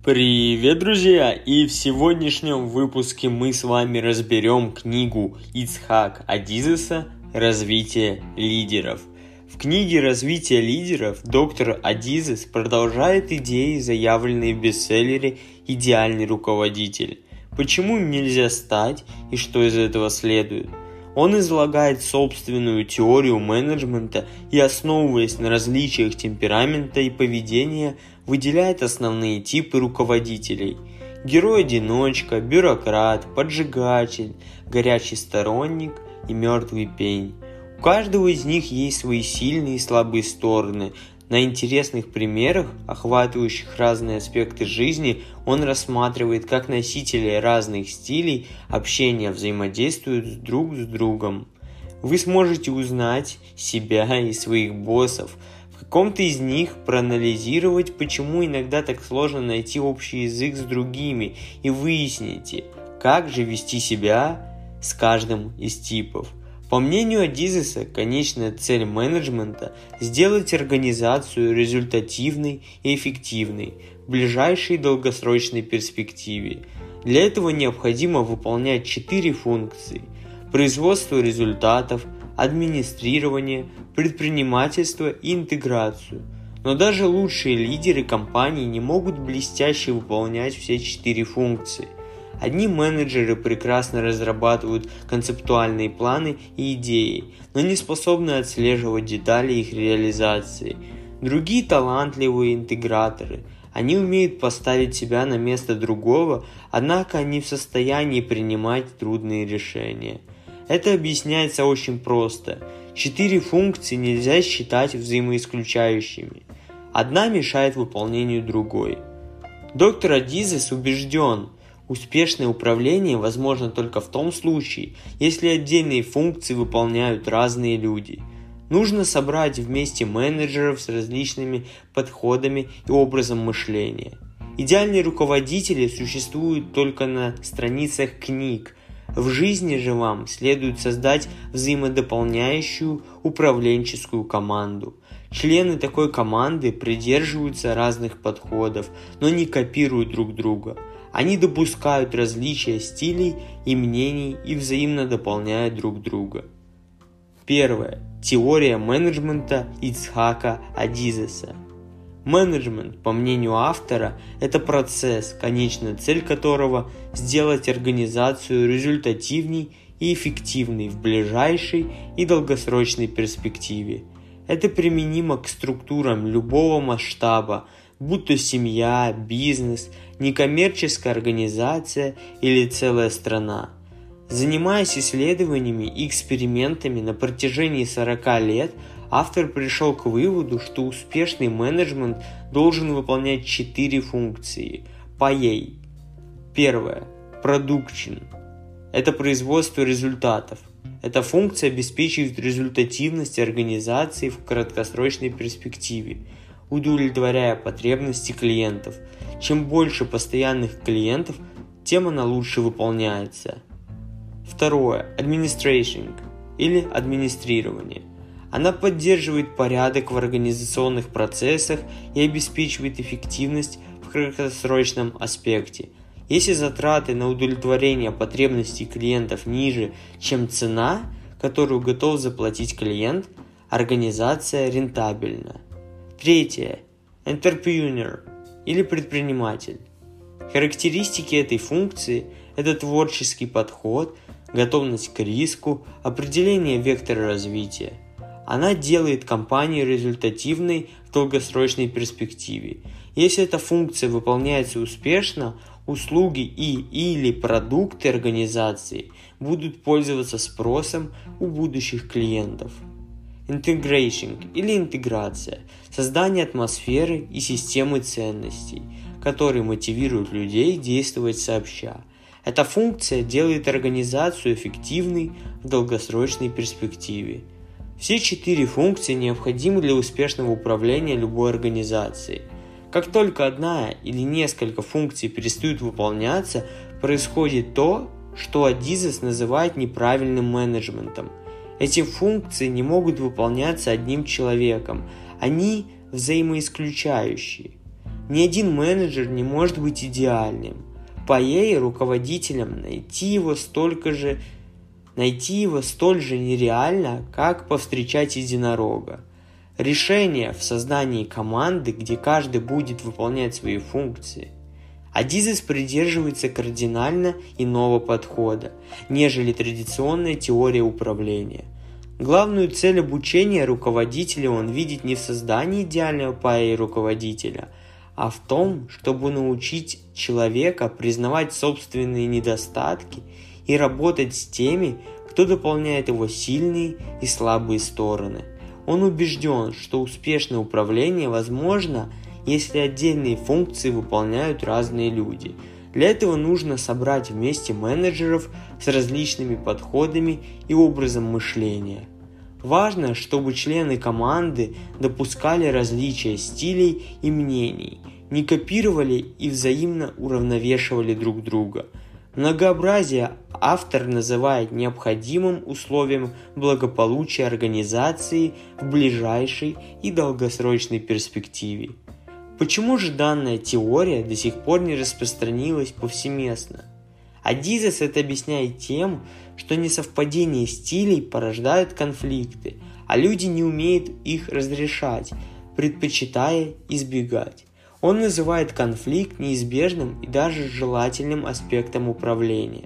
Привет, друзья! И в сегодняшнем выпуске мы с вами разберем книгу Ицхак Адизеса «Развитие лидеров». В книге «Развитие лидеров» доктор Адизес продолжает идеи, заявленные в бестселлере «Идеальный руководитель». Почему им нельзя стать и что из этого следует? Он излагает собственную теорию менеджмента и, основываясь на различиях темперамента и поведения, выделяет основные типы руководителей: герой-одиночка, бюрократ, поджигатель, горячий сторонник и мертвый пень. У каждого из них есть свои сильные и слабые стороны. На интересных примерах, охватывающих разные аспекты жизни, он рассматривает, как носители разных стилей общения взаимодействуют друг с другом. Вы сможете узнать себя и своих боссов, в каком-то из них проанализировать, почему иногда так сложно найти общий язык с другими, и выясните, как же вести себя с каждым из типов. По мнению Адизеса, конечная цель менеджмента – сделать организацию результативной и эффективной в ближайшей долгосрочной перспективе. Для этого необходимо выполнять 4 функции: производство результатов, администрирование, предпринимательство и интеграцию. Но даже лучшие лидеры компаний не могут блестяще выполнять все 4 функции. Одни менеджеры прекрасно разрабатывают концептуальные планы и идеи, но не способны отслеживать детали их реализации. Другие талантливые интеграторы. Они умеют поставить себя на место другого, однако они в состоянии принимать трудные решения. Это объясняется очень просто. 4 функции нельзя считать взаимоисключающими. Одна мешает выполнению другой. Доктор Адизес убежден, успешное управление возможно только в том случае, если отдельные функции выполняют разные люди. Нужно собрать вместе менеджеров с различными подходами и образом мышления. Идеальные руководители существуют только на страницах книг. В жизни же вам следует создать взаимодополняющую управленческую команду. Члены такой команды придерживаются разных подходов, но не копируют друг друга. Они допускают различия стилей и мнений и взаимно дополняют друг друга. Первое. Теория менеджмента Ицхака Адизеса. Менеджмент, по мнению автора, это процесс, конечная цель которого – сделать организацию результативней и эффективной в ближайшей и долгосрочной перспективе. Это применимо к структурам любого масштаба, будь то семья, бизнес, некоммерческая организация или целая страна. Занимаясь исследованиями и экспериментами на протяжении 40 лет, автор пришел к выводу, что успешный менеджмент должен выполнять 4 функции по ей. Первое. Production. Это производство результатов. Эта функция обеспечивает результативность организации в краткосрочной перспективе, удовлетворяя потребности клиентов. Чем больше постоянных клиентов, тем она лучше выполняется. Второе. Administration или администрирование. Она поддерживает порядок в организационных процессах и обеспечивает эффективность в краткосрочном аспекте. Если затраты на удовлетворение потребностей клиентов ниже, чем цена, которую готов заплатить клиент, организация рентабельна. Третье. Entrepreneur или предприниматель. Характеристики этой функции – это творческий подход, готовность к риску, определение вектора развития. Она делает компанию результативной в долгосрочной перспективе. Если эта функция выполняется успешно, услуги или продукты организации будут пользоваться спросом у будущих клиентов. Integration или интеграция – создание атмосферы и системы ценностей, которые мотивируют людей действовать сообща. Эта функция делает организацию эффективной в долгосрочной перспективе. Все 4 функции необходимы для успешного управления любой организацией. Как только одна или несколько функций перестают выполняться, происходит то, что Адизес называет неправильным менеджментом. Эти функции не могут выполняться одним человеком, они взаимоисключающие. Ни один менеджер не может быть идеальным. По ей руководителям найти его столь же нереально, как повстречать единорога. Решение в создании команды, где каждый будет выполнять свои функции. Адизес придерживается кардинально иного подхода, нежели традиционная теория управления. Главную цель обучения руководителя он видит не в создании идеального паи руководителя, а в том, чтобы научить человека признавать собственные недостатки и работать с теми, кто дополняет его сильные и слабые стороны. Он убежден, что успешное управление возможно, если отдельные функции выполняют разные люди. Для этого нужно собрать вместе менеджеров с различными подходами и образом мышления. Важно, чтобы члены команды допускали различия стилей и мнений, не копировали и взаимно уравновешивали друг друга. Многообразие автор называет необходимым условием благополучия организации в ближайшей и долгосрочной перспективе. Почему же данная теория до сих пор не распространилась повсеместно? Адизес это объясняет тем, что несовпадение стилей порождают конфликты, а люди не умеют их разрешать, предпочитая избегать. Он называет конфликт неизбежным и даже желательным аспектом управления.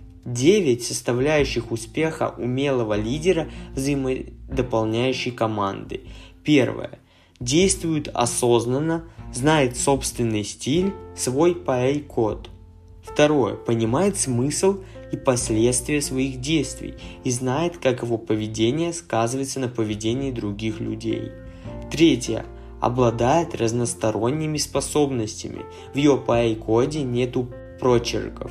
9 составляющих успеха умелого лидера взаимодополняющей команды. Первое. Действует осознанно, знает собственный стиль, свой PA-код. Второе. Понимает смысл и последствия своих действий и знает, как его поведение сказывается на поведении других людей. Третье. Обладает разносторонними способностями. В ее PA-коде нету прочерков.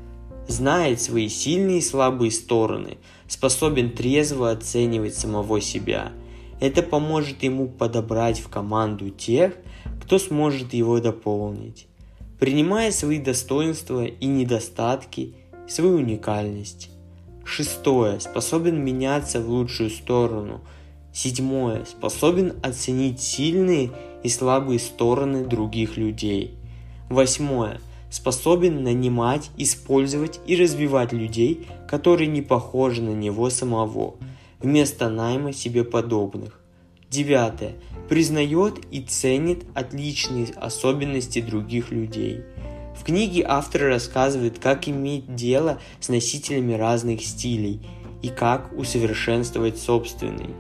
Знает свои сильные и слабые стороны, способен трезво оценивать самого себя. Это поможет ему подобрать в команду тех, кто сможет его дополнить, принимая свои достоинства и недостатки, свою уникальность. Шестое. Способен меняться в лучшую сторону. Седьмое. Способен оценить сильные и слабые стороны других людей. Восьмое. Способен нанимать, использовать и развивать людей, которые не похожи на него самого, вместо найма себе подобных. Девятое. Признает и ценит отличные особенности других людей. В книге автор рассказывает, как иметь дело с носителями разных стилей и как усовершенствовать собственный.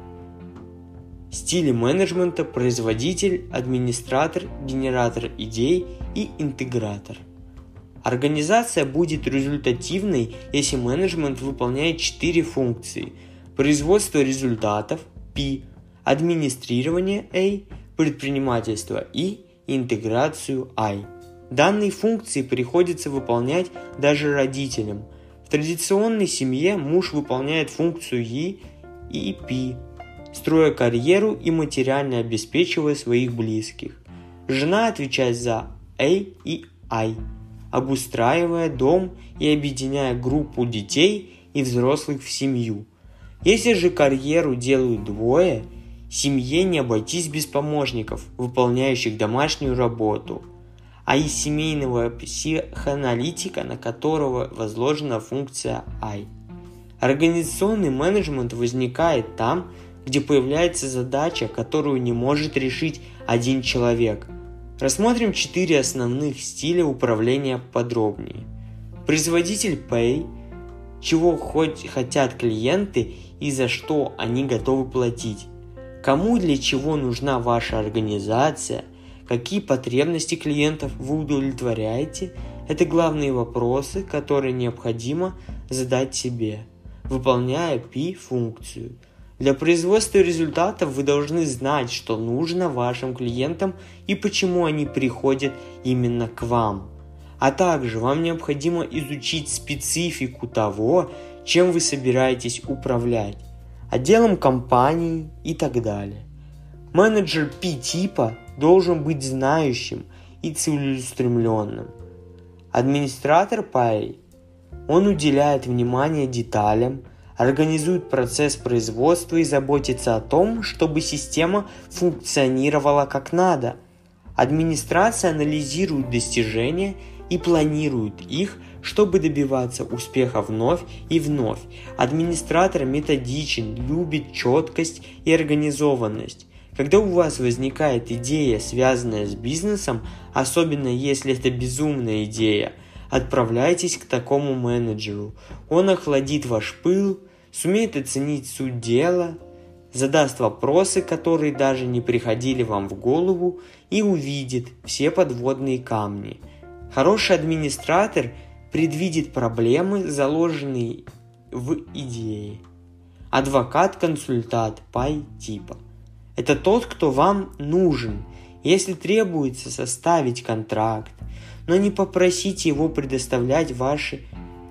Стили менеджмента: производитель, администратор, генератор идей и интегратор. Организация будет результативной, если менеджмент выполняет 4 функции: производство результатов P, администрирование A, предпринимательство и интеграцию I. Данные функции приходится выполнять даже родителям. В традиционной семье муж выполняет функцию E и P, строя карьеру и материально обеспечивая своих близких. Жена отвечает за A и I, обустраивая дом и объединяя группу детей и взрослых в семью. Если же карьеру делают двое, семье не обойтись без помощников, выполняющих домашнюю работу, а из семейного психоаналитика, на которого возложена функция I. Организационный менеджмент возникает там, где появляется задача, которую не может решить один человек. Рассмотрим 4 основных стиля управления подробнее. Производитель Pay, чего хотят клиенты и за что они готовы платить. Кому и для чего нужна ваша организация, какие потребности клиентов вы удовлетворяете – это главные вопросы, которые необходимо задать себе, выполняя P-функцию. Для производства результатов вы должны знать, что нужно вашим клиентам и почему они приходят именно к вам. А также вам необходимо изучить специфику того, чем вы собираетесь управлять, отделом компании и так далее. Менеджер P-типа должен быть знающим и целеустремленным. Администратор P, он уделяет внимание деталям, организует процесс производства и заботится о том, чтобы система функционировала как надо. Администрация анализирует достижения и планирует их, чтобы добиваться успеха вновь и вновь. Администратор методичен, любит четкость и организованность. Когда у вас возникает идея, связанная с бизнесом, особенно если это безумная идея, отправляйтесь к такому менеджеру. Он охладит ваш пыл, сумеет оценить суть дела, задаст вопросы, которые даже не приходили вам в голову, и увидит все подводные камни. Хороший администратор предвидит проблемы, заложенные в идее. Адвокат-консультант пай типа. Это тот, кто вам нужен, если требуется составить контракт, но не просите его представлять ваши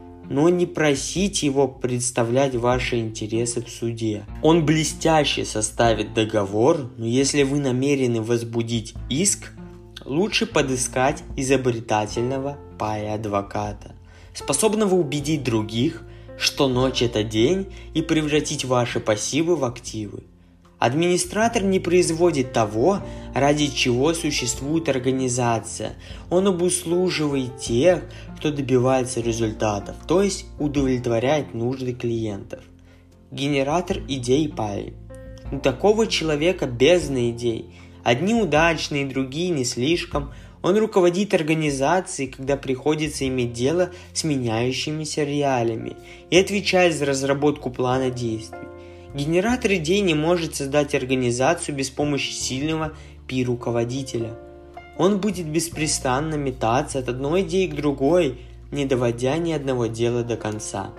интересы в суде. Он блестяще составит договор, но если вы намерены возбудить иск, лучше подыскать изобретательного пай-адвоката, способного убедить других, что ночь – это день, и превратить ваши пассивы в активы. Администратор не производит того, ради чего существует организация. Он обуслуживает тех, кто добивается результатов, то есть удовлетворяет нужды клиентов. Генератор идей пай. У такого человека бездна идей. Одни удачные, другие не слишком. Он руководит организацией, когда приходится иметь дело с меняющимися реалиями, и отвечает за разработку плана действий. Генератор идей не может создать организацию без помощи сильного пи-руководителя. Он будет беспрестанно метаться от одной идеи к другой, не доводя ни одного дела до конца.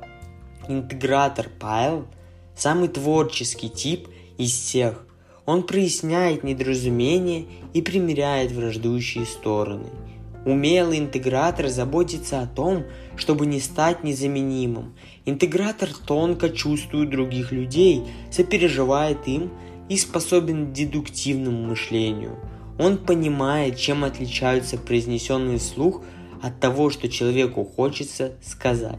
Интегратор Пайл – самый творческий тип из всех. Он проясняет недоразумения и примиряет враждующие стороны. Умелый интегратор заботится о том, чтобы не стать незаменимым. Интегратор тонко чувствует других людей, сопереживает им и способен к дедуктивному мышлению. Он понимает, чем отличаются произнесенные вслух от того, что человеку хочется сказать.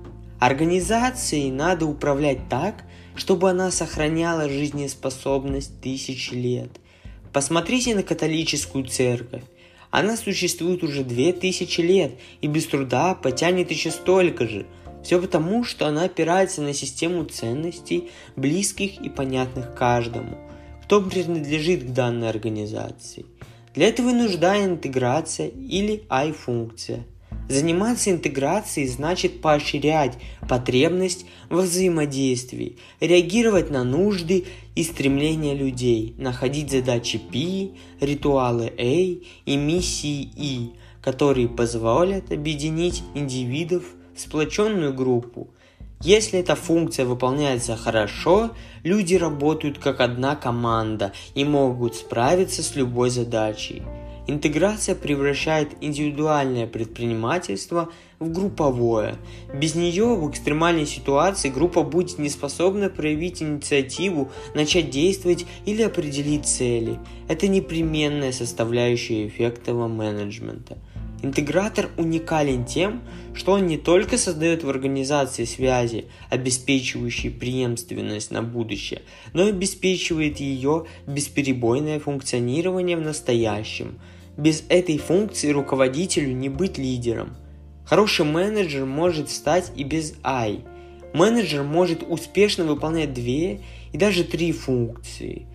Организацией надо управлять так, чтобы она сохраняла жизнеспособность тысячи лет. Посмотрите на католическую церковь. Она существует уже 2000 лет и без труда потянет еще столько же. Все потому, что она опирается на систему ценностей, близких и понятных каждому, кто принадлежит к данной организации. Для этого и нужна интеграция или I-функция. Заниматься интеграцией значит поощрять потребность во взаимодействии, реагировать на нужды и стремления людей, находить задачи P, ритуалы A и миссии E, которые позволят объединить индивидов в сплоченную группу. Если эта функция выполняется хорошо, люди работают как одна команда и могут справиться с любой задачей. Интеграция превращает индивидуальное предпринимательство в групповое. Без нее в экстремальной ситуации группа будет не способна проявить инициативу, начать действовать или определить цели. Это непременная составляющая эффективного менеджмента. Интегратор уникален тем, что он не только создает в организации связи, обеспечивающие преемственность на будущее, но и обеспечивает ее бесперебойное функционирование в настоящем. Без этой функции руководителю не быть лидером. Хороший менеджер может стать и без I. Менеджер может успешно выполнять 2 и даже 3 функции.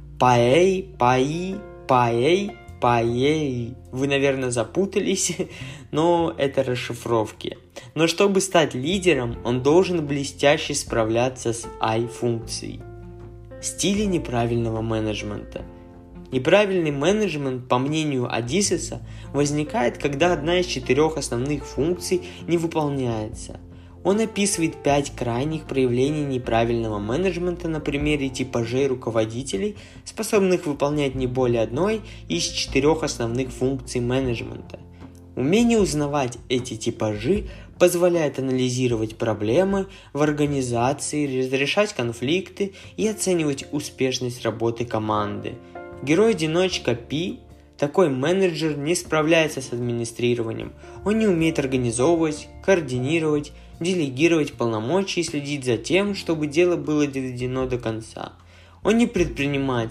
PAI, PAI, PAI, PAI. Вы, наверное, запутались, но это расшифровки. Но чтобы стать лидером, он должен блестяще справляться с I-функцией. Стили неправильного менеджмента. Неправильный менеджмент, по мнению Одиссеса, возникает, когда одна из 4 основных функций не выполняется. Он описывает 5 крайних проявлений неправильного менеджмента на примере типажей руководителей, способных выполнять не более одной из 4 основных функций менеджмента. Умение узнавать эти типажи позволяет анализировать проблемы в организации, разрешать конфликты и оценивать успешность работы команды. Герой-одиночка Пи, такой менеджер, не справляется с администрированием. Он не умеет организовывать, координировать, делегировать полномочия и следить за тем, чтобы дело было доведено до конца. Он не предприниматель,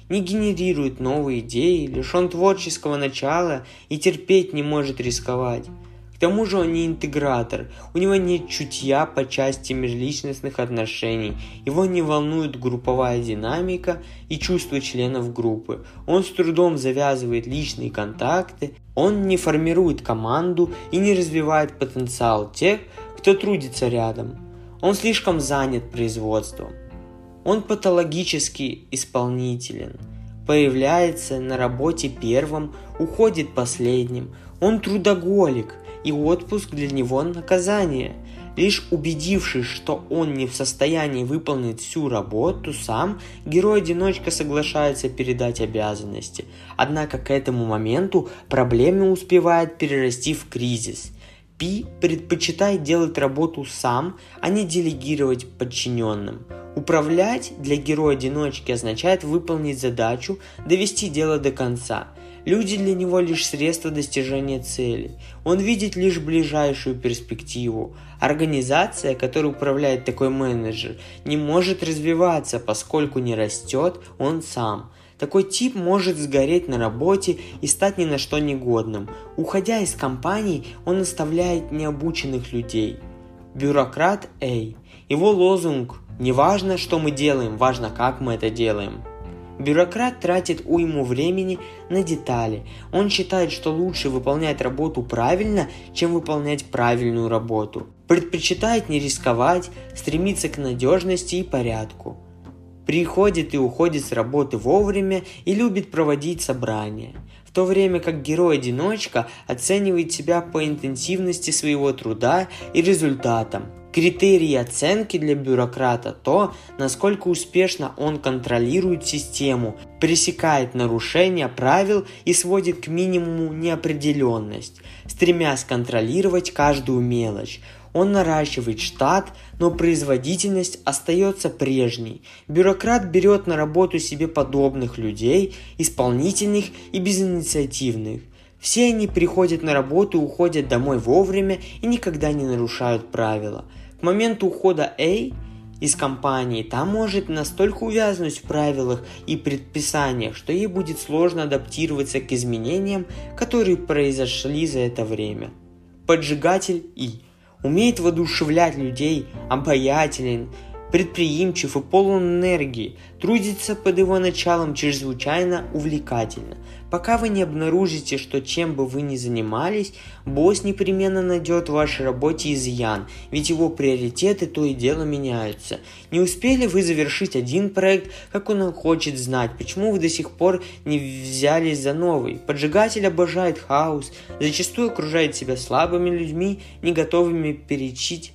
не генерирует новые идеи, лишен творческого начала и терпеть не может рисковать. К тому же он не интегратор, у него нет чутья по части межличностных отношений, его не волнует групповая динамика и чувства членов группы, он с трудом завязывает личные контакты, он не формирует команду и не развивает потенциал тех, кто трудится рядом. Он слишком занят производством. Он патологически исполнителен, появляется на работе первым, уходит последним, он трудоголик, и отпуск для него наказание. Лишь убедившись, что он не в состоянии выполнить всю работу сам, герой-одиночка соглашается передать обязанности. Однако к этому моменту проблема успевает перерасти в кризис. Пи предпочитает делать работу сам, а не делегировать подчиненным. Управлять для героя-одиночки означает выполнить задачу, довести дело до конца. Люди для него лишь средство достижения цели. Он видит лишь ближайшую перспективу. Организация, которой управляет такой менеджер, не может развиваться, поскольку не растет он сам. Такой тип может сгореть на работе и стать ни на что негодным. Уходя из компании, он оставляет необученных людей. Бюрократ A. Его лозунг «Не важно, что мы делаем, важно, как мы это делаем». Бюрократ тратит уйму времени на детали. Он считает, что лучше выполнять работу правильно, чем выполнять правильную работу. Предпочитает не рисковать, стремится к надежности и порядку. Приходит и уходит с работы вовремя и любит проводить собрания. В то время как герой-одиночка оценивает себя по интенсивности своего труда и результатам. Критерии оценки для бюрократа – то, насколько успешно он контролирует систему, пресекает нарушения правил и сводит к минимуму неопределенность, стремясь контролировать каждую мелочь. Он наращивает штат, но производительность остается прежней. Бюрократ берет на работу себе подобных людей, исполнительных и безинициативных. Все они приходят на работу, уходят домой вовремя и никогда не нарушают правила. К моменту ухода A из компании та может настолько увязнуть в правилах и предписаниях, что ей будет сложно адаптироваться к изменениям, которые произошли за это время. Поджигатель И. Умеет воодушевлять людей, обаятелен, предприимчив и полон энергии, трудится под его началом чрезвычайно увлекательно. Пока вы не обнаружите, что чем бы вы ни занимались, босс непременно найдет в вашей работе изъян, ведь его приоритеты то и дело меняются. Не успели вы завершить один проект, как он хочет знать, почему вы до сих пор не взялись за новый. Поджигатель обожает хаос, зачастую окружает себя слабыми людьми, не готовыми перечить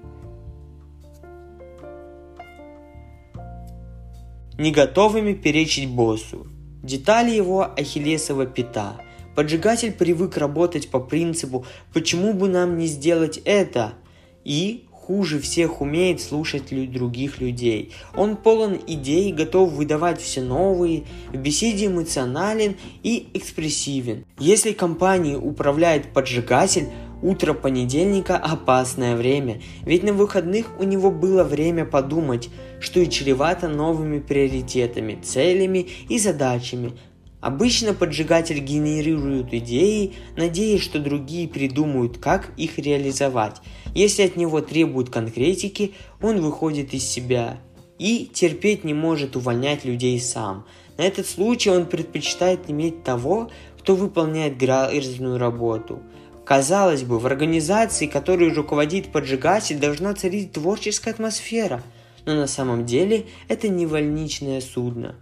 боссу. Детали его ахиллесова пята. Поджигатель привык работать по принципу «почему бы нам не сделать это?» и хуже всех умеет слушать других людей. Он полон идей, готов выдавать все новые, в беседе эмоционален и экспрессивен. Если компанией управляет поджигатель, утро понедельника – опасное время, ведь на выходных у него было время подумать, что и чревато новыми приоритетами, целями и задачами. Обычно поджигатель генерирует идеи, надеясь, что другие придумают, как их реализовать. Если от него требуют конкретики, он выходит из себя и терпеть не может увольнять людей сам. На этот случай он предпочитает иметь того, кто выполняет грязную работу. Казалось бы, в организации, которой руководит поджигатель, должна царить творческая атмосфера, но на самом деле это невольничное судно.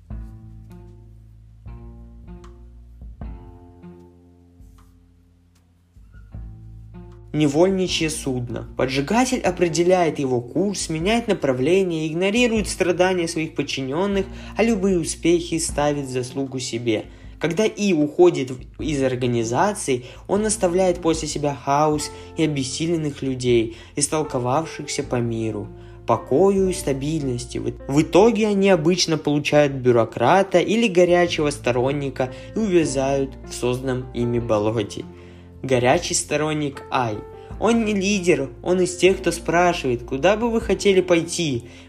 Невольничье судно. Поджигатель определяет его курс, меняет направление, игнорирует страдания своих подчиненных, а любые успехи ставит в заслугу себе. Когда И уходит из организации, он оставляет после себя хаос и обессиленных людей, истолковавшихся по миру, покою и стабильности. В итоге они обычно получают бюрократа или горячего сторонника и увязают в созданном ими болоте. Горячий сторонник Ай. Он не лидер, он из тех, кто спрашивает, куда бы вы хотели пойти.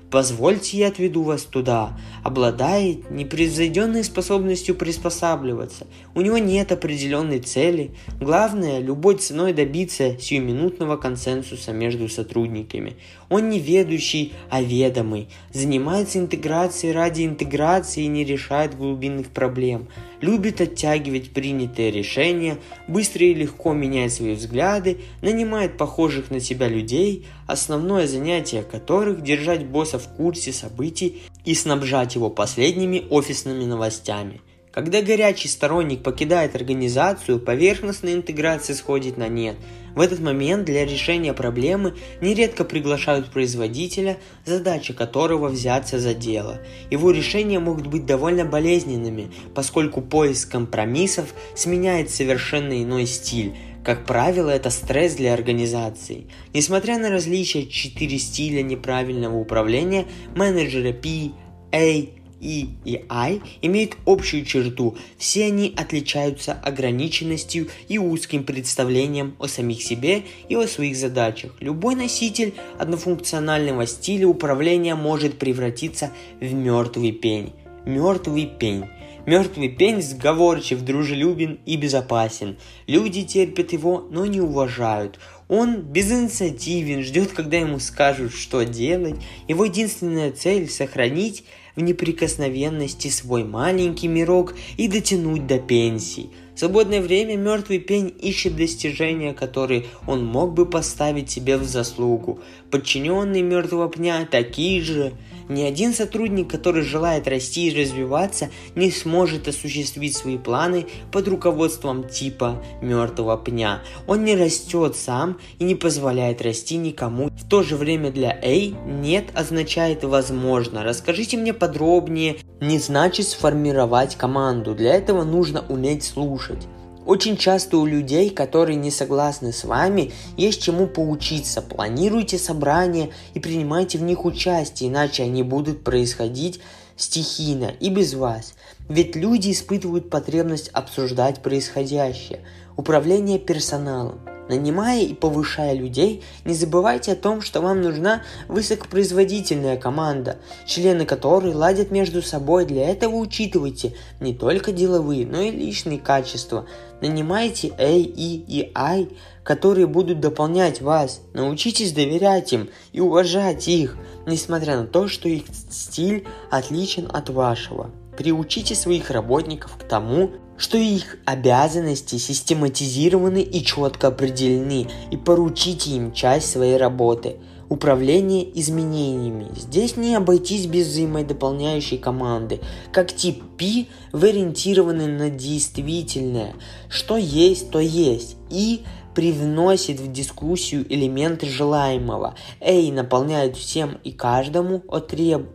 Позвольте, я отведу вас туда. Обладает непревзойденной способностью приспосабливаться. У него нет определенной цели. Главное, любой ценой добиться сиюминутного консенсуса между сотрудниками. Он не ведущий, а ведомый. Занимается интеграцией ради интеграции и не решает глубинных проблем. Любит оттягивать принятые решения, быстро и легко меняет свои взгляды, нанимает похожих на себя людей, основное занятие которых – держать босса в курсе событий и снабжать его последними офисными новостями. Когда горячий сторонник покидает организацию, поверхностная интеграция сходит на нет. В этот момент для решения проблемы нередко приглашают производителя, задача которого взяться за дело. Его решения могут быть довольно болезненными, поскольку поиск компромиссов сменяет совершенно иной стиль. Как правило, это стресс для организации. Несмотря на различия 4 стиля неправильного управления, менеджеры P, A, E и I имеют общую черту. Все они отличаются ограниченностью и узким представлением о самих себе и о своих задачах. Любой носитель однофункционального стиля управления может превратиться в мертвый пень. Мертвый пень. Мертвый пень сговорчив, дружелюбен и безопасен. Люди терпят его, но не уважают. Он безинициативен, ждет, когда ему скажут, что делать. Его единственная цель – сохранить в неприкосновенности свой маленький мирок и дотянуть до пенсии. В свободное время мертвый пень ищет достижения, которые он мог бы поставить себе в заслугу. Подчиненные мертвого пня такие же. Ни один сотрудник, который желает расти и развиваться, не сможет осуществить свои планы под руководством типа мертвого пня. Он не растет сам и не позволяет расти никому. В то же время для A «нет» означает «возможно». Расскажите мне подробнее не значит сформировать команду. Для этого нужно уметь слушать. Очень часто у людей, которые не согласны с вами, есть чему поучиться. Планируйте собрания и принимайте в них участие, иначе они будут происходить стихийно и без вас. Ведь люди испытывают потребность обсуждать происходящее. Управление персоналом. Нанимая и повышая людей, не забывайте о том, что вам нужна высокопроизводительная команда, члены которой ладят между собой. Для этого учитывайте не только деловые, но и личные качества. Нанимайте A, E и I, которые будут дополнять вас. Научитесь доверять им и уважать их, несмотря на то, что их стиль отличен от вашего. Приучите своих работников к тому, что их обязанности систематизированы и четко определены, и поручите им часть своей работы. Управление изменениями. Здесь не обойтись без взаимодополняющей команды. Как тип P вы ориентированы на действительное. Что есть, то есть. И привносит в дискуссию элементы желаемого. A наполняет всем и каждому о требованиях.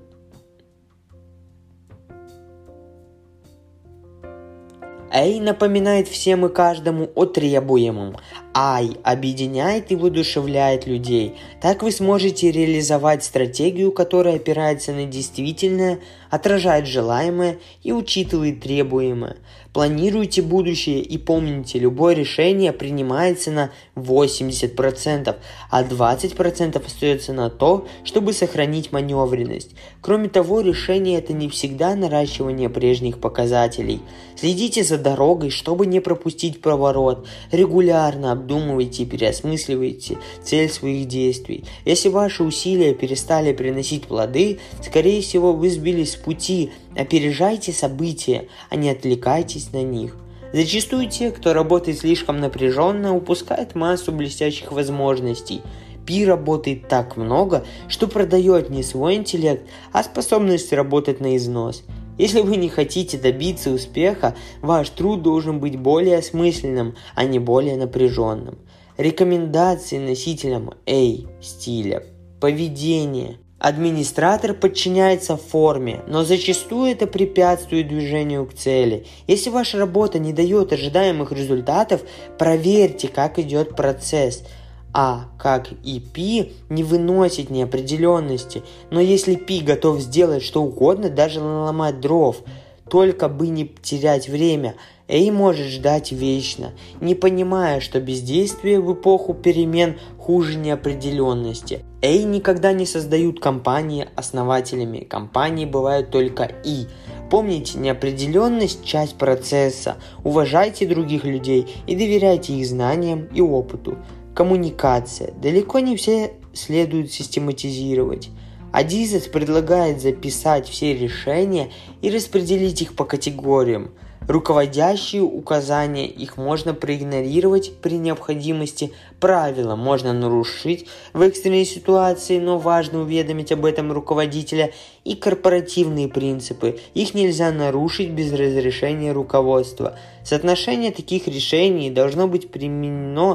A напоминает всем и каждому о требуемом. I объединяет и воодушевляет людей. Так вы сможете реализовать стратегию, которая опирается на действительное, отражает желаемое и учитывает требуемое. Планируйте будущее и помните, любое решение принимается на 80%, а 20% остается на то, чтобы сохранить маневренность. Кроме того, решение это не всегда наращивание прежних показателей. Следите за дорогой, чтобы не пропустить поворот. Регулярно обдумывайте и переосмысливайте цель своих действий. Если ваши усилия перестали приносить плоды, скорее всего, вы сбились с пути. Опережайте события, а не отвлекайтесь на них. Зачастую те, кто работает слишком напряженно, упускают массу блестящих возможностей. Пи работает так много, что продает не свой интеллект, а способность работать на износ. Если вы не хотите добиться успеха, ваш труд должен быть более осмысленным, а не более напряженным. Рекомендации носителям A стиля. Поведение. Администратор подчиняется форме, но зачастую это препятствует движению к цели. Если ваша работа не дает ожидаемых результатов, проверьте, как идет процесс. А, как и P, не выносит неопределенности, но если P готов сделать что угодно, даже наломать дров, только бы не терять время, Эй может ждать вечно, не понимая, что бездействие в эпоху перемен хуже неопределенности. Эй никогда не создают компании основателями, компании бывают только И. Помните, неопределенность – часть процесса, уважайте других людей и доверяйте их знаниям и опыту. Коммуникация. Далеко не все следует систематизировать. Адизес предлагает записать все решения и распределить их по категориям. Руководящие указания, их можно проигнорировать при необходимости, правила можно нарушить в экстренной ситуации, но важно уведомить об этом руководителя, и корпоративные принципы, их нельзя нарушить без разрешения руководства. Соотношение таких решений должно быть применено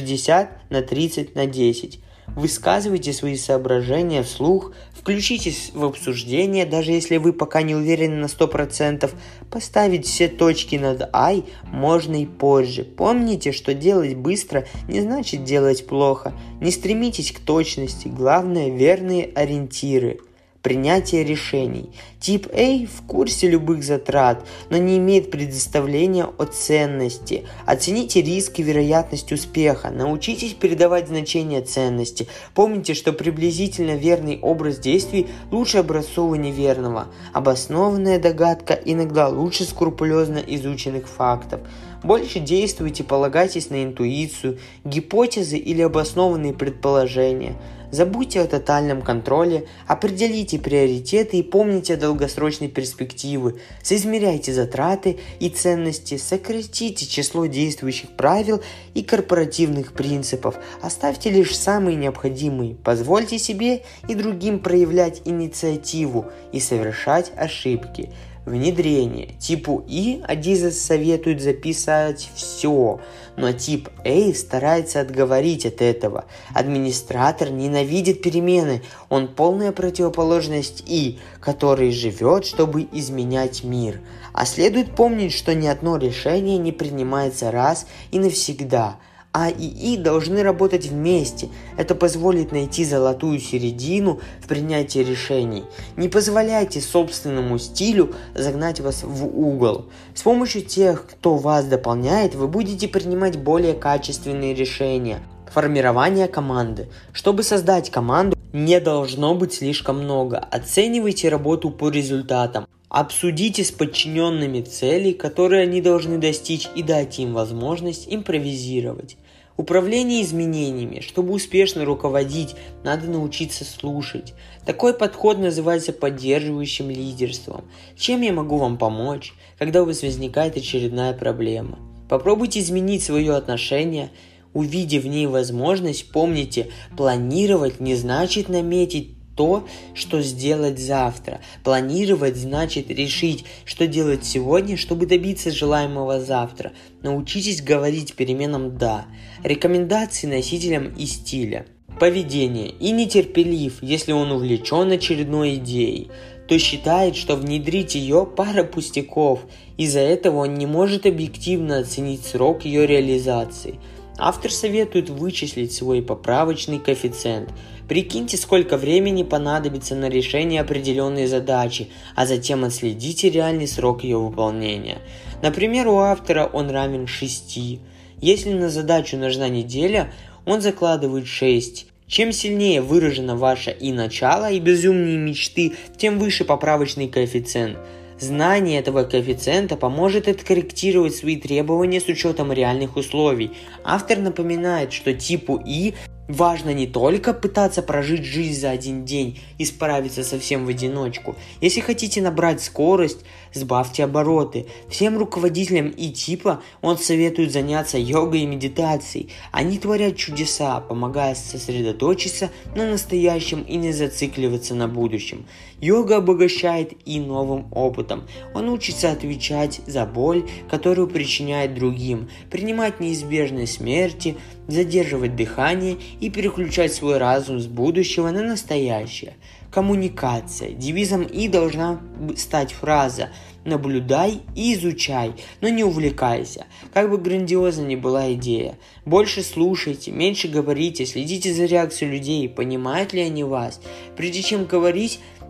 60/30/10. Высказывайте свои соображения вслух, включитесь в обсуждение, даже если вы пока не уверены на 100%. Поставить все точки над «I» можно и позже. Помните, что делать быстро не значит делать плохо. Не стремитесь к точности, главное – верные ориентиры. Принятие решений. Тип A в курсе любых затрат, но не имеет представления о ценности. Оцените риск и вероятность успеха. Научитесь передавать значение ценности. Помните, что приблизительно верный образ действий лучше образцово неверного. Обоснованная догадка иногда лучше скрупулезно изученных фактов. Больше действуйте, полагайтесь на интуицию, гипотезы или обоснованные предположения. Забудьте о тотальном контроле, определите приоритеты и помните о долгосрочной перспективе. Соизмеряйте затраты и ценности, сократите число действующих правил и корпоративных принципов. Оставьте лишь самые необходимые. Позвольте себе и другим проявлять инициативу и совершать ошибки. Внедрение. Типу И Адизес советует записать все, но тип A старается отговорить от этого. Администратор ненавидит перемены, он полная противоположность И, который живет, чтобы изменять мир. А следует помнить, что ни одно решение не принимается раз и навсегда. А и И должны работать вместе. Это позволит найти золотую середину в принятии решений. Не позволяйте собственному стилю загнать вас в угол. С помощью тех, кто вас дополняет, вы будете принимать более качественные решения. Формирование команды. Чтобы создать команду, не должно быть слишком много. Оценивайте работу по результатам. Обсудите с подчиненными цели, которые они должны достичь, и дайте им возможность импровизировать. Управление изменениями. Чтобы успешно руководить, надо научиться слушать. Такой подход называется поддерживающим лидерством. Чем я могу вам помочь, когда у вас возникает очередная проблема? Попробуйте изменить свое отношение. Увидев в ней возможность, помните, планировать не значит наметить то, что сделать завтра. Планировать значит решить, что делать сегодня, чтобы добиться желаемого завтра. Научитесь говорить переменам «да». Рекомендации носителям и стиля. Поведение. И нетерпелив, если он увлечен очередной идеей, то считает, что внедрить ее пара пустяков. Из-за этого он не может объективно оценить срок ее реализации. Автор советует вычислить свой поправочный коэффициент. Прикиньте, сколько времени понадобится на решение определенной задачи, а затем отследите реальный срок ее выполнения. Например, у автора он равен 6. Если на задачу нужна неделя, он закладывает 6. Чем сильнее выражена ваша и начало, и безумные мечты, тем выше поправочный коэффициент. Знание этого коэффициента поможет откорректировать свои требования с учетом реальных условий. Автор напоминает, что типу И важно не только пытаться прожить жизнь за один день и справиться со всем в одиночку. Если хотите набрать скорость, сбавьте обороты. Всем руководителям И типа он советует заняться йогой и медитацией. Они творят чудеса, помогая сосредоточиться на настоящем и не зацикливаться на будущем. Йога обогащает И новым опытом. Он учится отвечать за боль, которую причиняет другим, принимать неизбежные смерти, задерживать дыхание и переключать свой разум с будущего на настоящее. Коммуникация. Девизом И должна стать фраза «Наблюдай и изучай, но не увлекайся». Как бы грандиозна ни была идея. Больше слушайте, меньше говорите, следите за реакцией людей, понимают ли они вас. Прежде чем говорить,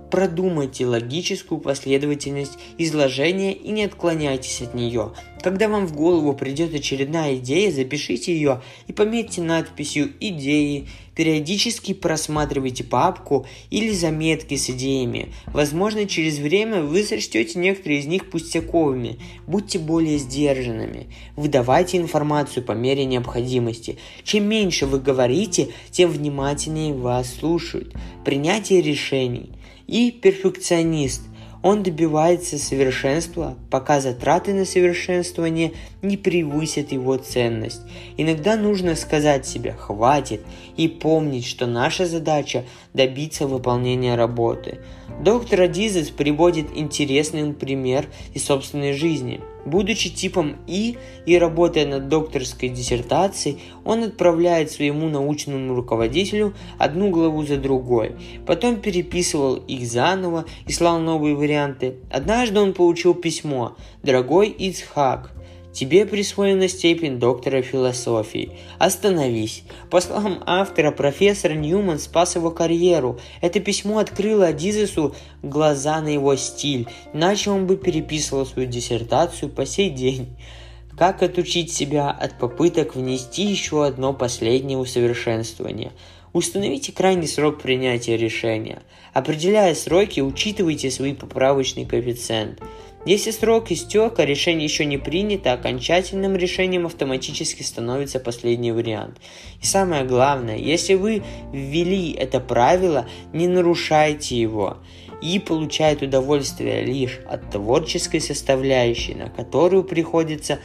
Продумайте логическую последовательность изложения и не отклоняйтесь от нее. Когда вам в голову придет очередная идея, запишите ее и пометьте надписью «Идеи». Периодически просматривайте папку или заметки с идеями. Возможно, через время вы сочтете некоторые из них пустяковыми. Будьте более сдержанными. Выдавайте информацию по мере необходимости. Чем меньше вы говорите, тем внимательнее вас слушают. Принятие решений. И перфекционист. Он добивается совершенства, пока затраты на совершенствование не превысят его ценность. Иногда нужно сказать себе «хватит» и помнить, что наша задача – добиться выполнения работы. Доктор Адизес приводит интересный пример из собственной жизни. Будучи типом И и работая над докторской диссертацией, он отправляет своему научному руководителю одну главу за другой. Потом переписывал их заново и слал новые варианты. Однажды он получил письмо: «Дорогой Ицхак, тебе присвоена степень доктора философии. Остановись». По словам автора, профессор Ньюман спас его карьеру. Это письмо открыло Адизесу глаза на его стиль, иначе он бы переписывал свою диссертацию по сей день. Как отучить себя от попыток внести еще одно последнее усовершенствование? Установите крайний срок принятия решения. Определяя сроки, учитывайте свой поправочный коэффициент. Если срок истек, а решение еще не принято, окончательным решением автоматически становится последний вариант. И самое главное, если вы ввели это правило, не нарушайте его. И получает удовольствие лишь от творческой составляющей, на которую приходится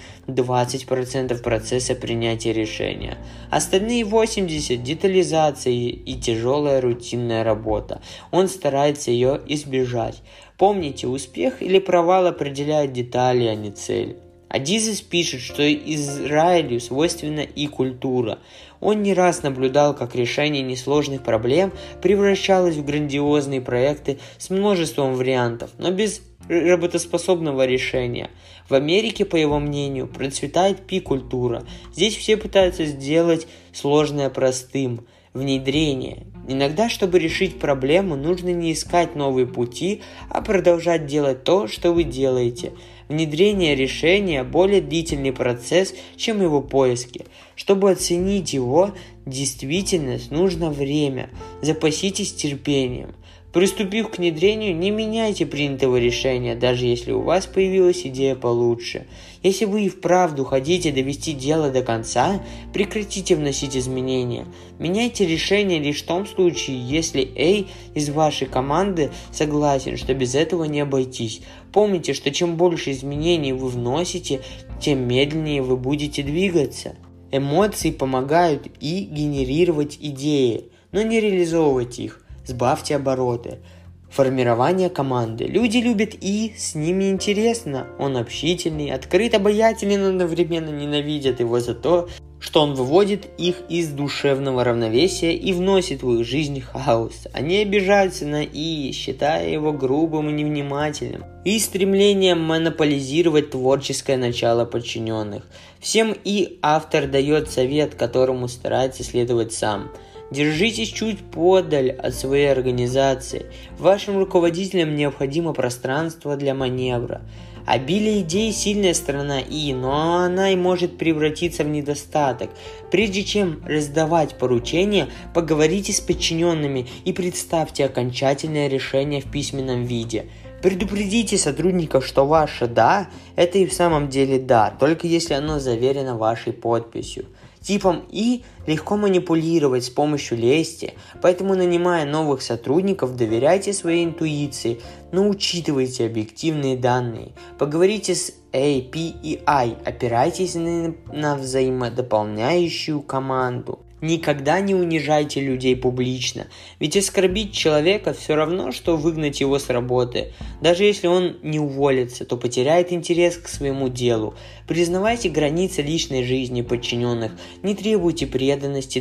20% процесса принятия решения. Остальные 80% – детализация и тяжелая рутинная работа. Он старается ее избежать. Помните, успех или провал определяют детали, а не цель. Адизес пишет, что Израилю свойственна и культура. Он не раз наблюдал, как решение несложных проблем превращалось в грандиозные проекты с множеством вариантов, но без работоспособного решения. В Америке, по его мнению, процветает пи-культура. Здесь все пытаются сделать сложное простым. Внедрение. Иногда, чтобы решить проблему, нужно не искать новые пути, а продолжать делать то, что вы делаете. Внедрение решения – более длительный процесс, чем его поиски. Чтобы оценить его действительность, нужно время. Запаситесь терпением. Приступив к внедрению, не меняйте принятого решения, даже если у вас появилась идея получше. Если вы и вправду хотите довести дело до конца, прекратите вносить изменения. Меняйте решение лишь в том случае, если A из вашей команды согласен, что без этого не обойтись. Помните, что чем больше изменений вы вносите, тем медленнее вы будете двигаться. Эмоции помогают и генерировать идеи, но не реализовывать их. Сбавьте обороты. Формирование команды. Люди любят И, с ними интересно. Он общительный, открыт, обаятелен, одновременно ненавидят его за то, что он выводит их из душевного равновесия и вносит в их жизнь хаос. Они обижаются на И, считая его грубым и невнимательным, и стремлением монополизировать творческое начало подчиненных. Всем И автор дает совет, которому старается следовать сам. Держитесь чуть подаль от своей организации. Вашим руководителям необходимо пространство для маневра. Обилие идей – сильная сторона И, но она и может превратиться в недостаток. Прежде чем раздавать поручения, поговорите с подчиненными и представьте окончательное решение в письменном виде. Предупредите сотрудников, что ваше «да» – это и в самом деле «да», только если оно заверено вашей подписью. Типом И легко манипулировать с помощью лести, поэтому, нанимая новых сотрудников, доверяйте своей интуиции, но учитывайте объективные данные. Поговорите с A, P и I, опирайтесь на взаимодополняющую команду. Никогда не унижайте людей публично, ведь оскорбить человека все равно, что выгнать его с работы. Даже если он не уволится, то потеряет интерес к своему делу. Признавайте границы личной жизни подчиненных, не требуйте преданности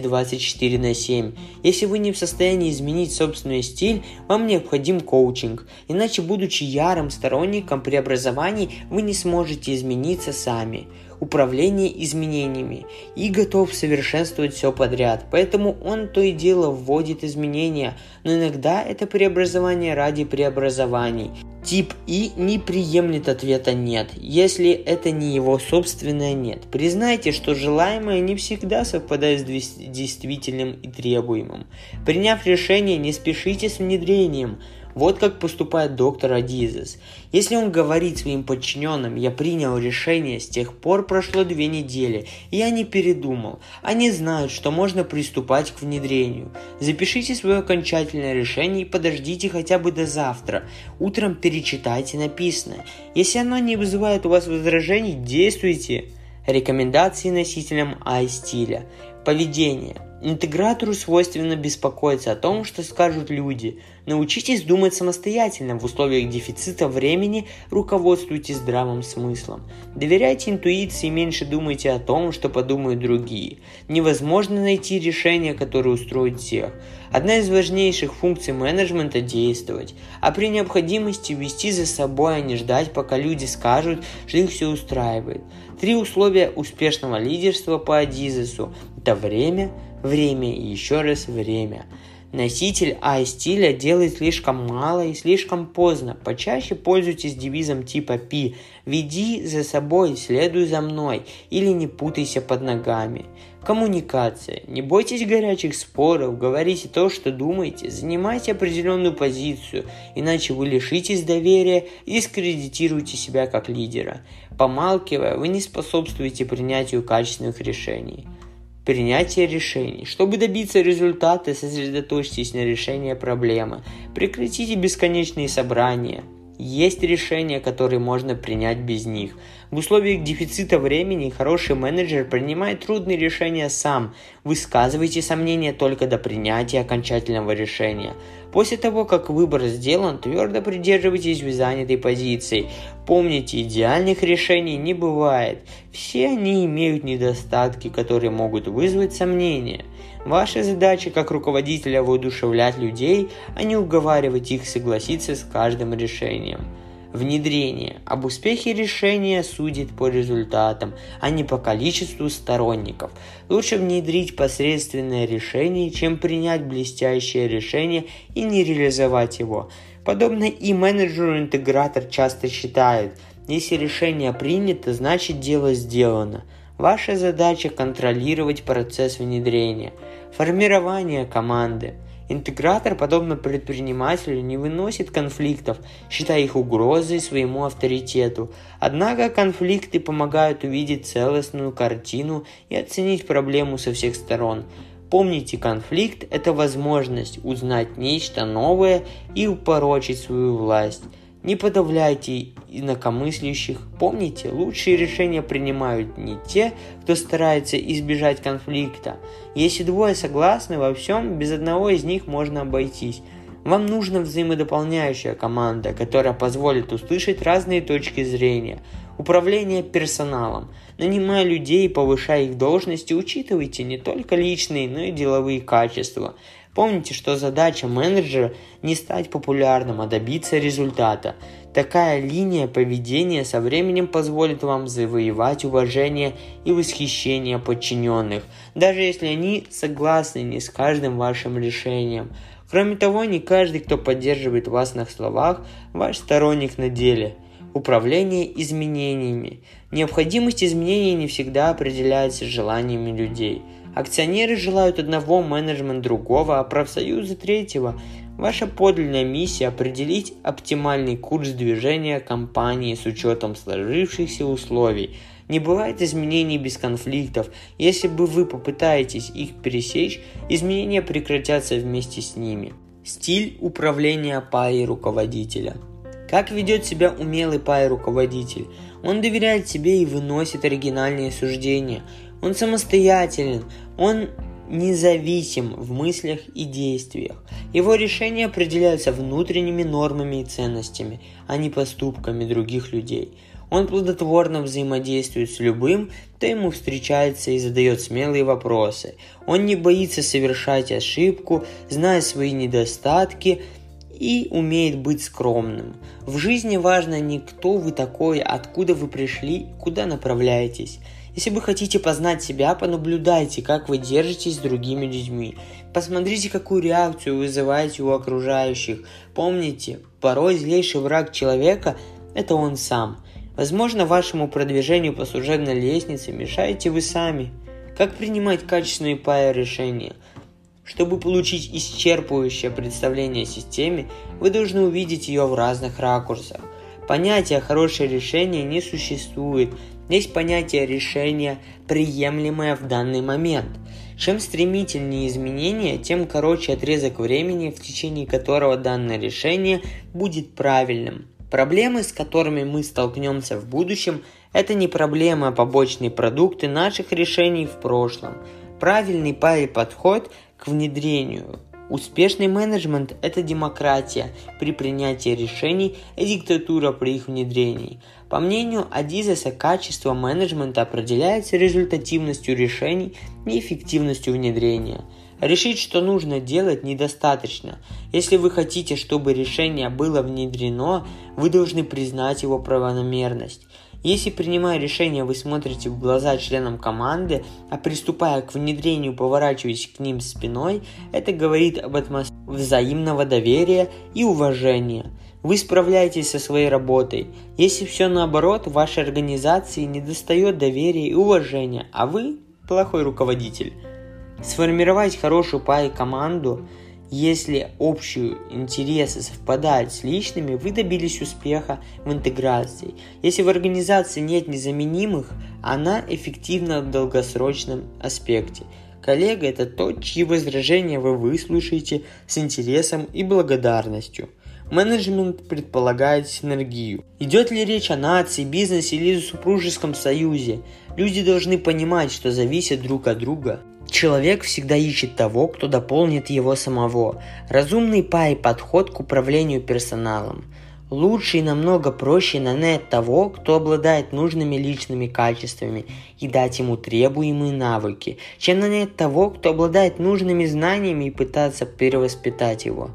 24/7. Если вы не в состоянии изменить собственный стиль, вам необходим коучинг, иначе, будучи ярым сторонником преобразований, вы не сможете измениться сами. управление изменениями и готов совершенствовать все подряд, поэтому он то и дело вводит изменения, но иногда это преобразование ради преобразований. Тип И не приемлет ответа «нет», если это не его собственное «нет». Признайте, что желаемое не всегда совпадает с действительным и требуемым. Приняв решение, не спешите с внедрением. Вот как поступает доктор Адизес. Если он говорит своим подчиненным: «Я принял решение, с тех пор прошло 2 недели, и я не передумал», они знают, что можно приступать к внедрению. Запишите свое окончательное решение и подождите хотя бы до завтра. Утром перечитайте написанное. Если оно не вызывает у вас возражений, действуйте. Рекомендации носителям I-стиля. Поведение. Интегратору свойственно беспокоиться о том, что скажут люди. Научитесь думать самостоятельно. В условиях дефицита времени руководствуйтесь здравым смыслом. Доверяйте интуиции и меньше думайте о том, что подумают другие. Невозможно найти решение, которое устроит всех. Одна из важнейших функций менеджмента – действовать, а при необходимости вести за собой, а не ждать, пока люди скажут, что их все устраивает. 3 условия успешного лидерства по Адизесу – это время и еще раз время. Носитель I-стиля делает слишком мало и слишком поздно. Почаще пользуйтесь девизом типа P: «Веди за собой, следуй за мной» или «Не путайся под ногами». Коммуникация. Не бойтесь горячих споров, говорите то, что думаете, занимайте определенную позицию, иначе вы лишитесь доверия и дискредитируете себя как лидера. Помалкивая, вы не способствуете принятию качественных решений. Принятие решений. Чтобы добиться результата, сосредоточьтесь на решении проблемы. Прекратите бесконечные собрания. Есть решения, которые можно принять без них. В условиях дефицита времени хороший менеджер принимает трудные решения сам. Высказывайте сомнения только до принятия окончательного решения. После того, как выбор сделан, твердо придерживайтесь занятой позиции. Помните, идеальных решений не бывает. Все они имеют недостатки, которые могут вызвать сомнения. Ваша задача как руководителя воодушевлять людей, а не уговаривать их согласиться с каждым решением. Внедрение. Об успехе решения судит по результатам, а не по количеству сторонников. Лучше внедрить посредственное решение, чем принять блестящее решение и не реализовать его. Подобно и менеджеру интегратор часто считает: если решение принято, значит дело сделано. Ваша задача контролировать процесс внедрения. Формирование команды. Интегратор, подобно предпринимателю, не выносит конфликтов, считая их угрозой своему авторитету. Однако конфликты помогают увидеть целостную картину и оценить проблему со всех сторон. Помните, конфликт – это возможность узнать нечто новое и упорочить свою власть. Не подавляйте инакомыслящих. Помните, лучшие решения принимают не те, кто старается избежать конфликта. Если 2 согласны во всем, без одного из них можно обойтись. Вам нужна взаимодополняющая команда, которая позволит услышать разные точки зрения. Управление персоналом. Нанимая людей и повышая их должности, учитывайте не только личные, но и деловые качества. Помните, что задача менеджера не стать популярным, а добиться результата. Такая линия поведения со временем позволит вам завоевать уважение и восхищение подчиненных, даже если они согласны не с каждым вашим решением. Кроме того, не каждый, кто поддерживает вас на словах, ваш сторонник на деле. Управление изменениями. Необходимость изменений не всегда определяется желаниями людей. Акционеры желают одного, менеджмент другого, а профсоюзы третьего. Ваша подлинная миссия – определить оптимальный курс движения компании с учетом сложившихся условий. Не бывает изменений без конфликтов. Если бы вы попытаетесь их пересечь, изменения прекратятся вместе с ними. Стиль управления паи руководителя. Как ведет себя умелый пай-руководитель? Он доверяет себе и выносит оригинальные суждения. Он самостоятелен, он независим в мыслях и действиях. Его решения определяются внутренними нормами и ценностями, а не поступками других людей. Он плодотворно взаимодействует с любым, кто ему встречается, и задает смелые вопросы. Он не боится совершать ошибку, зная свои недостатки и умеет быть скромным. В жизни важно не кто вы такой, откуда вы пришли, куда направляетесь. Если вы хотите познать себя, понаблюдайте, как вы держитесь с другими людьми. Посмотрите, какую реакцию вызываете у окружающих. Помните, порой злейший враг человека – это он сам. Возможно, вашему продвижению по служебной лестнице мешаете вы сами. Как принимать качественные решения? Чтобы получить исчерпывающее представление о системе, вы должны увидеть ее в разных ракурсах. Понятия «хорошее решение» не существует. Есть понятие решения, приемлемое в данный момент. Чем стремительнее изменения, тем короче отрезок времени, в течение которого данное решение будет правильным. Проблемы, с которыми мы столкнемся в будущем, это не проблемы, а побочные продукты наших решений в прошлом. Правильный подход к внедрению. Успешный менеджмент – это демократия при принятии решений и диктатура при их внедрении. По мнению Адизеса, качество менеджмента определяется результативностью решений и эффективностью внедрения. Решить, что нужно делать, недостаточно. Если вы хотите, чтобы решение было внедрено, вы должны признать его правомерность. Если, принимая решение, вы смотрите в глаза членам команды, а приступая к внедрению поворачиваетесь к ним спиной, это говорит об атмосфере взаимного доверия и уважения. Вы справляетесь со своей работой. Если все наоборот, в вашей организации недостает доверия и уважения, а вы плохой руководитель. Сформировать хорошую команду, если общие интересы совпадают с личными, вы добились успеха в интеграции. Если в организации нет незаменимых, она эффективна в долгосрочном аспекте. Коллега – это тот, чьи возражения вы выслушаете с интересом и благодарностью. Менеджмент предполагает синергию. Идет ли речь о нации, бизнесе или супружеском союзе? Люди должны понимать, что зависят друг от друга. Человек всегда ищет того, кто дополнит его самого. Разумный подход к управлению персоналом. Лучше и намного проще нанять того, кто обладает нужными личными качествами и дать ему требуемые навыки, чем нанять того, кто обладает нужными знаниями и пытаться перевоспитать его.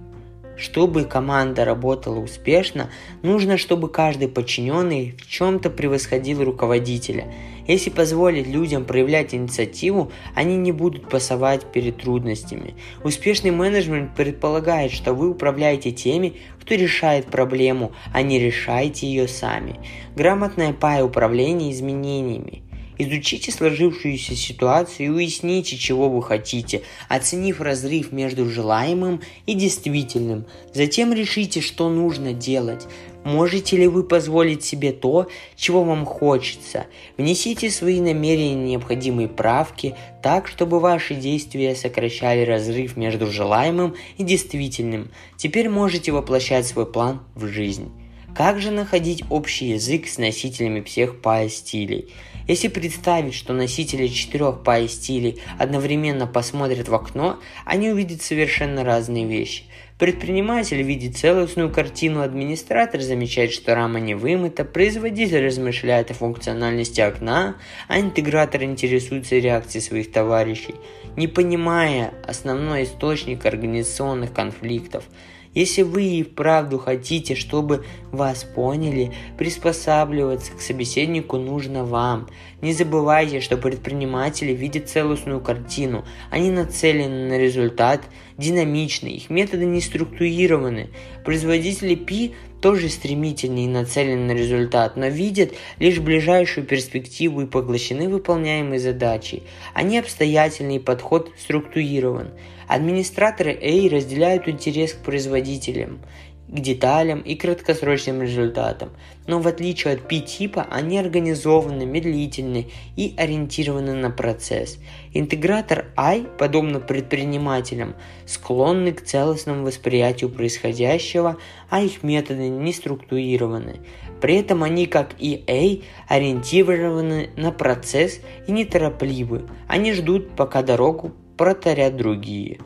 Чтобы команда работала успешно, нужно, чтобы каждый подчиненный в чем-то превосходил руководителя. Если позволить людям проявлять инициативу, они не будут пасовать перед трудностями. Успешный менеджмент предполагает, что вы управляете теми, кто решает проблему, а не решаете ее сами. Грамотное управление изменениями. Изучите сложившуюся ситуацию и уясните, чего вы хотите, оценив разрыв между желаемым и действительным. Затем решите, что нужно делать. Можете ли вы позволить себе то, чего вам хочется? Внесите свои намерения необходимые правки так, чтобы ваши действия сокращали разрыв между желаемым и действительным. Теперь можете воплощать свой план в жизнь. Как же находить общий язык с носителями всех стилей? Если представить, что носители 4 стилей одновременно посмотрят в окно, они увидят совершенно разные вещи. Предприниматель видит целостную картину, администратор замечает, что рама не вымыта, производитель размышляет о функциональности окна, а интегратор интересуется реакцией своих товарищей, не понимая основной источник организационных конфликтов. Если вы и вправду хотите, чтобы вас поняли, приспосабливаться к собеседнику нужно вам. Не забывайте, что предприниматели видят целостную картину, они нацелены на результат, динамичны, их методы не структурированы. Производители P тоже стремительны и нацелены на результат, но видят лишь ближайшую перспективу и поглощены выполняемой задачей. Они обстоятельны и подход структурирован. Администраторы A разделяют интерес к производителям, к деталям и краткосрочным результатам, но в отличие от P-типа они организованы, медлительны и ориентированы на процесс. Интегратор I, подобно предпринимателям, склонны к целостному восприятию происходящего, а их методы не структурированы. При этом они, как и A, ориентированы на процесс и неторопливы. Они ждут, пока дорогу протарят другие.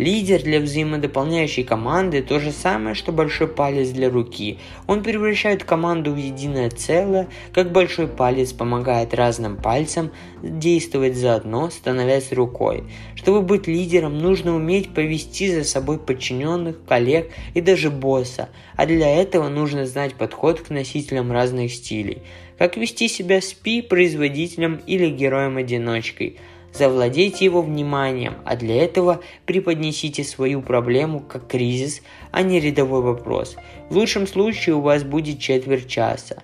Лидер для взаимодополняющей команды – то же самое, что большой палец для руки. Он превращает команду в единое целое, как большой палец помогает разным пальцам действовать заодно, становясь рукой. Чтобы быть лидером, нужно уметь повести за собой подчиненных, коллег и даже босса, а для этого нужно знать подход к носителям разных стилей. Как вести себя с производителем или героем-одиночкой. Завладейте его вниманием, а для этого преподнесите свою проблему как кризис, а не рядовой вопрос. В лучшем случае у вас будет четверть часа.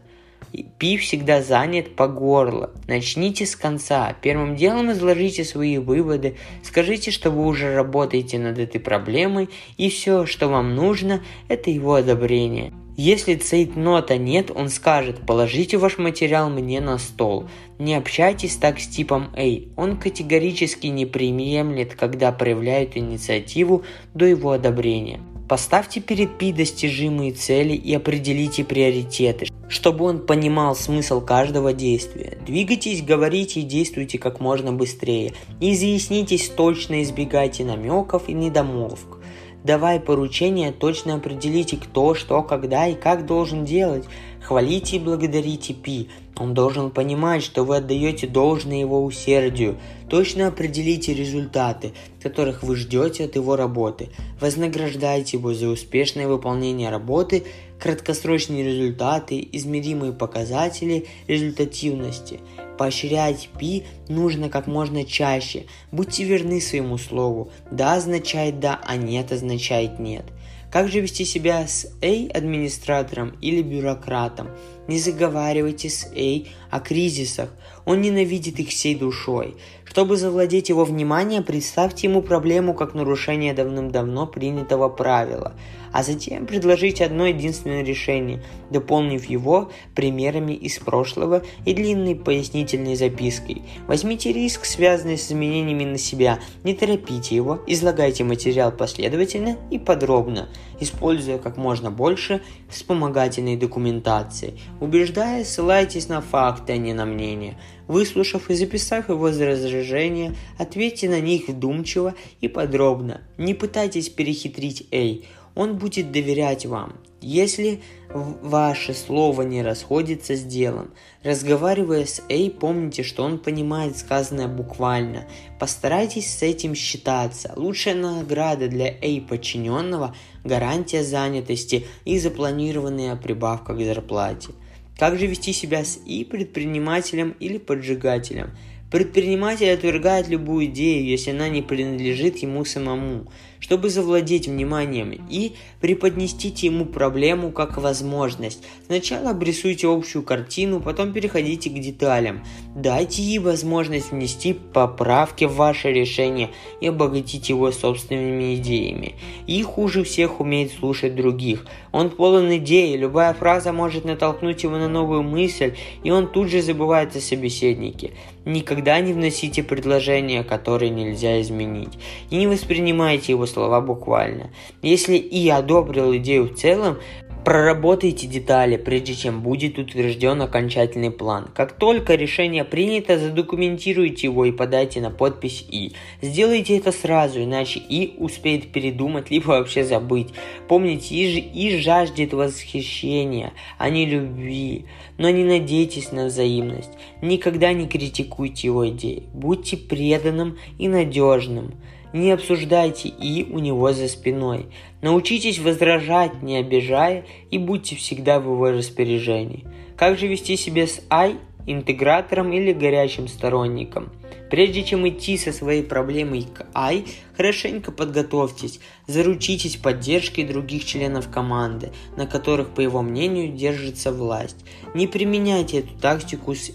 Всегда занят по горло. Начните с конца. Первым делом изложите свои выводы, скажите, что вы уже работаете над этой проблемой, и все, что вам нужно, это его одобрение. Если цейтнота нет, он скажет: положите ваш материал мне на стол. Не общайтесь так с типом A. Он категорически не приемлет, когда проявляют инициативу до его одобрения. Поставьте перед P достижимые цели и определите приоритеты, чтобы он понимал смысл каждого действия. Двигайтесь, говорите и действуйте как можно быстрее. Изъяснитесь точно, избегайте намеков и недомолвок. Давая поручения, точно определите, кто, что, когда и как должен делать. Хвалите и благодарите P. Он должен понимать, что вы отдаете должное его усердию. Точно определите результаты, которых вы ждете от его работы. Вознаграждайте его за успешное выполнение работы, краткосрочные результаты, измеримые показатели результативности. Поощрять P нужно как можно чаще. Будьте верны своему слову. Да означает да, а нет означает нет. Как же вести себя с A администратором или бюрократом? Не заговаривайте с A о кризисах. Он ненавидит их всей душой. Чтобы завладеть его вниманием, представьте ему проблему как нарушение давным-давно принятого правила, а затем предложите одно единственное решение, дополнив его примерами из прошлого и длинной пояснительной запиской. Возьмите риск, связанный с изменениями на себя, не торопите его, излагайте материал последовательно и подробно, используя как можно больше вспомогательной документации. Убеждая, ссылайтесь на факты, а не на мнения. Выслушав и записав его возражения, ответьте на них вдумчиво и подробно. Не пытайтесь перехитрить A. Он будет доверять вам, если ваше слово не расходится с делом. Разговаривая с A, помните, что он понимает сказанное буквально. Постарайтесь с этим считаться. Лучшая награда для A подчиненного – гарантия занятости и запланированная прибавка к зарплате. Как же вести себя с предпринимателем или поджигателем? Предприниматель отвергает любую идею, если она не принадлежит ему самому. Чтобы завладеть вниманием преподнестите ему проблему как возможность. Сначала обрисуйте общую картину, потом переходите к деталям. Дайте ей возможность внести поправки в ваше решение и обогатить его собственными идеями. Хуже всех умеет слушать других. Он полон идей, любая фраза может натолкнуть его на новую мысль, и он тут же забывает о собеседнике. Никогда не вносите предложения, которые нельзя изменить, и не воспринимайте его слова буквально. Если одобрил идею в целом, проработайте детали, прежде чем будет утвержден окончательный план. Как только решение принято, задокументируйте его и подайте на подпись И. Сделайте это сразу, иначе И успеет передумать, либо вообще забыть. Помните, И жаждет восхищения, а не любви. Но не надейтесь на взаимность. Никогда не критикуйте его идеи. Будьте преданным и надежным. Не обсуждайте у него за спиной. Научитесь возражать, не обижая, и будьте всегда в его распоряжении. Как же вести себя с интегратором или горячим сторонником? Прежде чем идти со своей проблемой к хорошенько подготовьтесь, заручитесь поддержкой других членов команды, на которых, по его мнению, держится власть. Не применяйте эту тактику с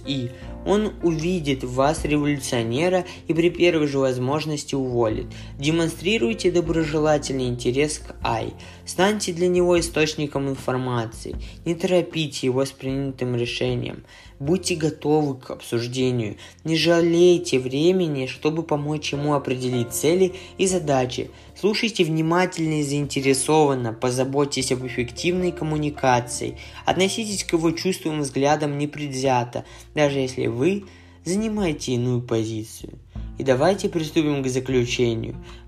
Он увидит в вас революционера и при первой же возможности уволит. Демонстрируйте доброжелательный интерес к Станьте для него источником информации. Не торопите его с принятым решением. Будьте готовы к обсуждению. Не жалейте времени, чтобы помочь ему определить цели и задачи. Слушайте внимательно и заинтересованно, позаботьтесь об эффективной коммуникации. Относитесь к его чувствам и взглядам непредвзято, даже если вы занимаете иную позицию. И давайте приступим к заключению.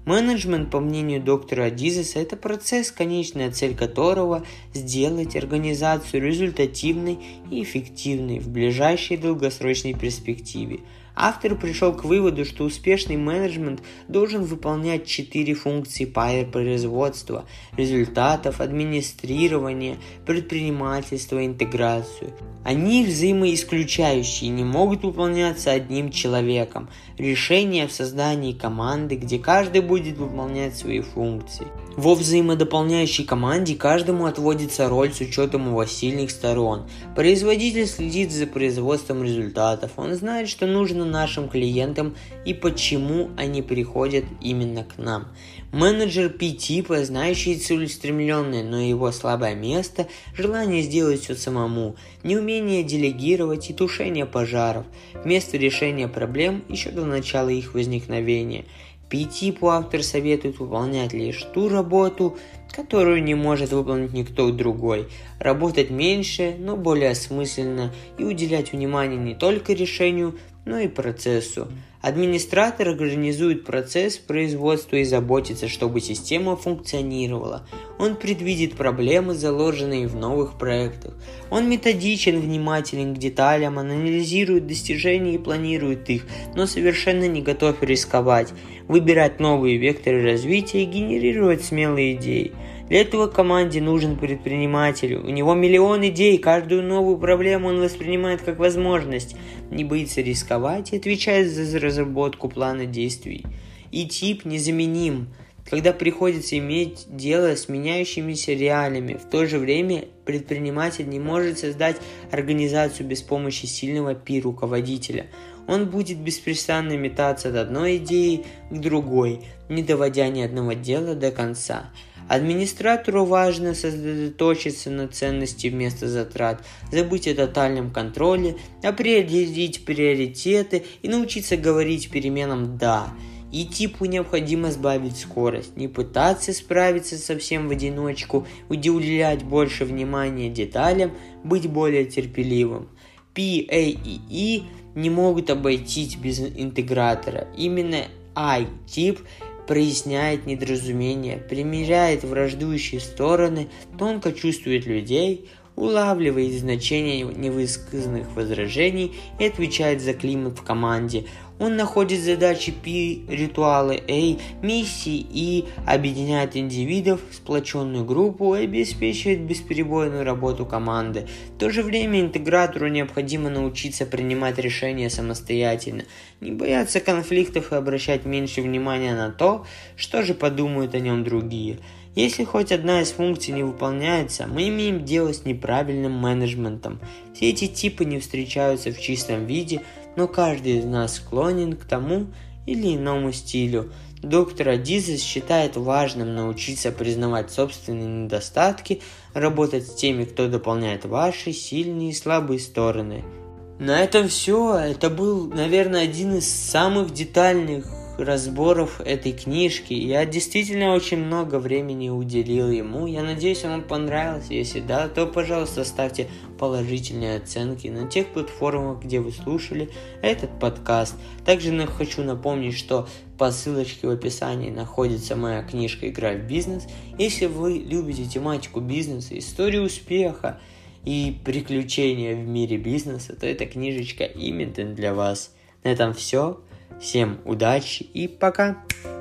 Менеджмент, по мнению доктора Адизеса, это процесс, конечная цель которого – сделать организацию результативной и эффективной в ближайшей долгосрочной перспективе. Автор пришел к выводу, что успешный менеджмент должен выполнять 4 функции производства, результатов, администрирования, предпринимательства и интеграцию. Они взаимоисключающие и не могут выполняться одним человеком. Решение в создании команды, где каждый будет выполнять свои функции. Во взаимодополняющей команде каждому отводится роль с учетом его сильных сторон. Производитель следит за производством результатов, он знает, что нужно нашим клиентам и почему они приходят именно к нам. Менеджер P-типа, знающий целеустремленный, но его слабое место – желание сделать все самому, неумение делегировать и тушение пожаров, вместо решения проблем еще до начала их возникновения. P-типу автор советует выполнять лишь ту работу, которую не может выполнить никто другой, работать меньше, но более осмысленно и уделять внимание не только решению, но и процессу. Администратор организует процесс производства и заботится, чтобы система функционировала. Он предвидит проблемы, заложенные в новых проектах. Он методичен, внимателен к деталям, анализирует достижения и планирует их, но совершенно не готов рисковать, выбирать новые векторы развития и генерировать смелые идеи. Для этого команде нужен предприниматель. У него миллион идей, каждую новую проблему он воспринимает как возможность, не боится рисковать и отвечает за разработку плана действий. И тип незаменим, когда приходится иметь дело с меняющимися реалиями. В то же время предприниматель не может создать организацию без помощи сильного руководителя. Он будет беспрестанно метаться от одной идеи к другой, не доводя ни одного дела до конца. Администратору важно сосредоточиться на ценности вместо затрат, забыть о тотальном контроле, определить приоритеты и научиться говорить переменам «да». И типу необходимо сбавить скорость, не пытаться справиться совсем в одиночку, уделять больше внимания деталям, быть более терпеливым. P, A и E не могут обойтись без интегратора. Именно I-тип проясняет недоразумения, примиряет враждующие стороны, тонко чувствует людей, улавливает значение невысказанных возражений и отвечает за климат в команде. Он находит задачи P, ритуалы A, миссии и объединяет индивидов в сплоченную группу и обеспечивает бесперебойную работу команды. В то же время интегратору необходимо научиться принимать решения самостоятельно, не бояться конфликтов и обращать меньше внимания на то, что же подумают о нем другие. Если хоть одна из функций не выполняется, мы имеем дело с неправильным менеджментом. Все эти типы не встречаются в чистом виде, но каждый из нас склонен к тому или иному стилю. Доктор Адизес считает важным научиться признавать собственные недостатки, работать с теми, кто дополняет ваши сильные и слабые стороны. На этом все. Это был, наверное, один из самых детальных разборов этой книжки. Я действительно очень много времени уделил ему. Я надеюсь, вам понравилось. Если да, то, пожалуйста, ставьте положительные оценки на тех платформах, где вы слушали этот подкаст. Также хочу напомнить, что по ссылочке в описании находится моя книжка «Игра в бизнес». Если вы любите тематику бизнеса, историю успеха и приключения в мире бизнеса, то эта книжечка именно для вас. На этом все. Всем удачи и пока!